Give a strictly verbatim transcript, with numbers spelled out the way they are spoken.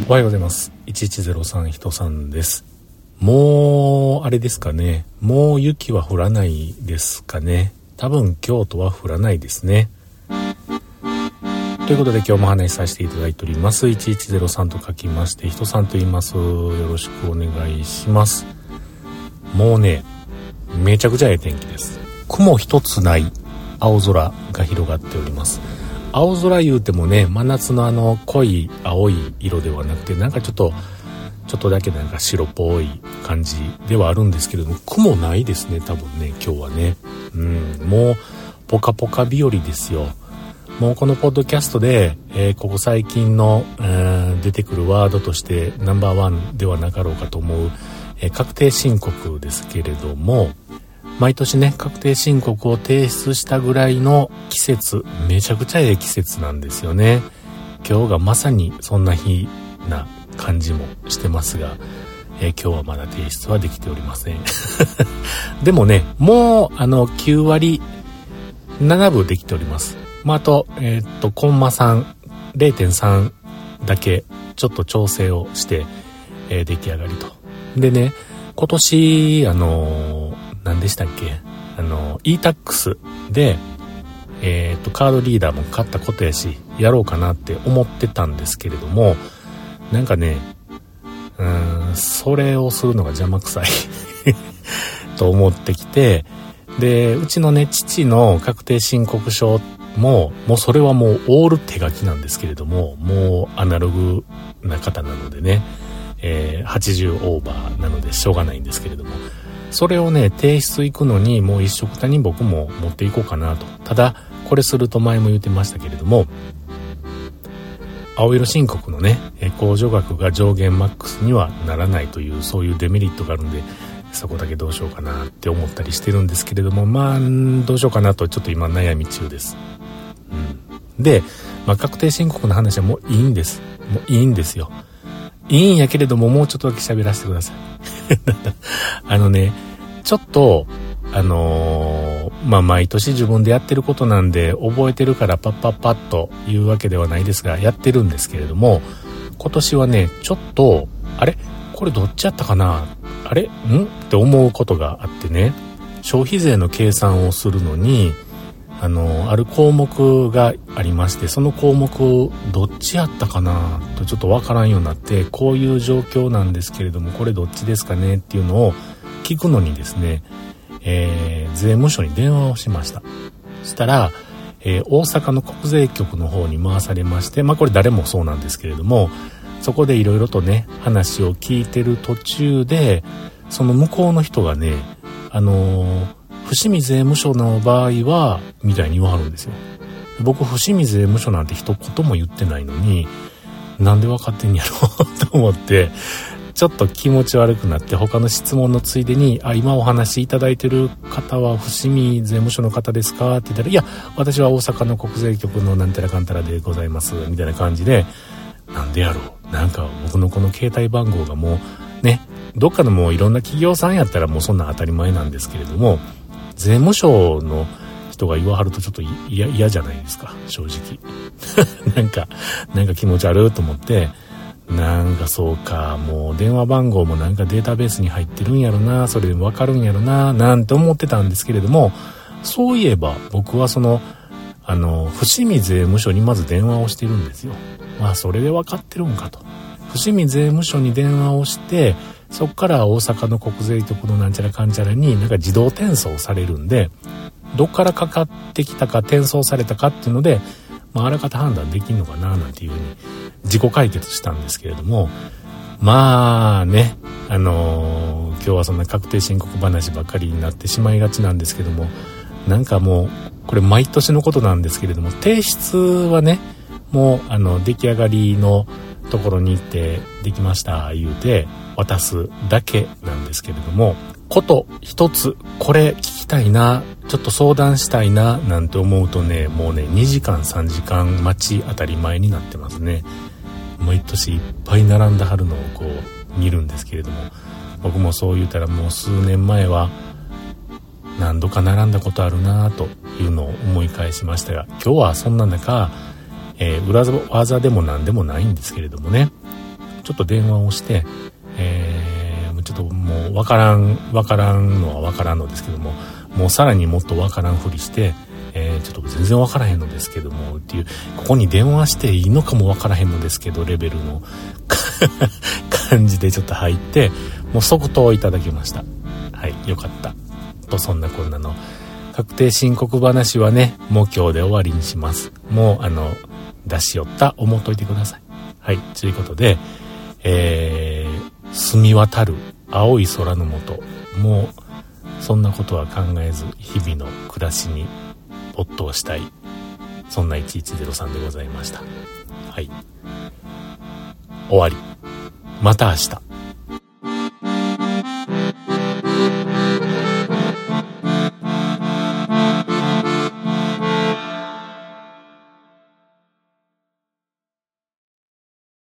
おはようございます。いちいちゼロさんひとさんです。もうあれですかね、もう雪は降らないですかね。多分京都は降らないですね。ということで今日もお話しさせていただいております。いちいちゼロさんと書きましてひとさんと言います。よろしくお願いします。もうね、めちゃくちゃええ天気です。雲一つない青空が広がっております。青空言うてもね、真夏のあの濃い青い色ではなくて、なんかちょっとちょっとだけなんか白っぽい感じではあるんですけれども、雲ないですね、多分ね、今日はね。うん、もうポカポカ日和ですよ。もうこのポッドキャストで、えー、ここ最近の、えー、出てくるワードとしてナンバーワンではなかろうかと思う、えー、確定申告ですけれども、毎年ね、確定申告を提出したぐらいの季節、めちゃくちゃええ季節なんですよね。今日がまさにそんな日な感じもしてますが、えー、今日はまだ提出はできておりません。でもね、もうあのきゅうわりななぶできております。まあ、あと、えー、っと、コンマさん、れいてんさん だけちょっと調整をして、えー、出来上がりと。でね、今年、あのー、何でしたっけ、あのー、イータックス で、えー、っと、カードリーダーも買ったことやし、やろうかなって思ってたんですけれども、なんかね、うーん、それをするのが邪魔くさいと思ってきて、で、うちのね、父の確定申告書もう、もうそれはもうオール手書きなんですけれども、もうアナログな方なのでね、えー、はちじゅうオーバーなのでしょうがないんですけれども、それをね、提出行くのにもう一緒くたに僕も持っていこうかなと。ただ、これすると前も言ってましたけれども、青色申告のね、控除額が上限マックスにはならないという、そういうデメリットがあるんで、そこだけどうしようかなって思ったりしてるんですけれども、まあ、どうしようかなとちょっと今悩み中です。うん、で、まあ、確定申告の話はもういいんです。もういいんですよ。いいんやけれども、もうちょっとだけ喋らせてください。あのね、ちょっと、あのー、まあ、毎年自分でやってることなんで、覚えてるからパッパッパッと言うわけではないですが、やってるんですけれども、今年はね、ちょっと、あれこれどっちやったかなあれんって思うことがあってね、消費税の計算をするのに、あの、ある項目がありまして、その項目どっちやったかなとちょっとわからんようになって、こういう状況なんですけれども、これどっちですかねっていうのを聞くのにですね、えー、税務署に電話をしました。そしたら、えー、大阪の国税局の方に回されまして、まあこれ誰もそうなんですけれども、そこでいろいろとね、話を聞いてる途中で、その向こうの人がね、あのー、伏見税務署の場合はみたいに言わはるんですよ。僕伏見税務署なんて一言も言ってないのに、なんで分かってんやろうと思って、ちょっと気持ち悪くなって、他の質問のついでに、あ、今お話しいただいてる方は伏見税務署の方ですかって言ったら、いや、私は大阪の国税局のなんたらかんたらでございますみたいな感じで、なんでやろう、なんか僕のこの携帯番号がもうね、どっかのもういろんな企業さんやったらもうそんな当たり前なんですけれども、税務署の人が言わはるとちょっと嫌嫌じゃないですか、正直。なんかなんか気持ち悪いと思って、なんかそうか、もう電話番号もなんかデータベースに入ってるんやろな、それで分かるんやろな、なんて思ってたんですけれども、そういえば僕はそのあの伏見税務署にまず電話をしてるんですよ。まあそれで分かってるんかと。伏見税務署に電話をして、そこから大阪の国税局のなんちゃらかんちゃらになんか自動転送されるんで、どっからかかってきたか転送されたかっていうので、まあ、あらかた判断できるのかななんていうふうに自己解決したんですけれども、まあね、あのー、今日はそんな確定申告話ばっかりになってしまいがちなんですけども、なんかもうこれ毎年のことなんですけれども、提出はね、もうあの出来上がりのところに行ってできました言うて渡すだけなんですけれども、こと一つこれ聞きたいな、ちょっと相談したいななんて思うとね、もうねにじかんさんじかん待ち当たり前になってますね。毎年いっぱい並んではるのをこう見るんですけれども、僕もそう言うたらもう数年前は何度か並んだことあるなというのを思い返しましたが、今日はそんな中、えー、裏技でも何でもないんですけれどもね、 ちょっと電話をして、えー、ちょっともうわからんわからんのはわからんのですけども、もうさらにもっとわからんふりして、えー、ちょっと全然わからへんのですけどもっていう、ここに電話していいのかもわからへんのですけどレベルの感じでちょっと入って、もう即答いただきました。はい、よかったと。そんなこんなの確定申告話はね、もう今日で終わりにします。もうあの出し寄った思っといてください。はい、ということで、えー、澄み渡る青い空の下、もうそんなことは考えず日々の暮らしに没頭したい、そんないちいちゼロさんでございました。はい、終わり。また明日。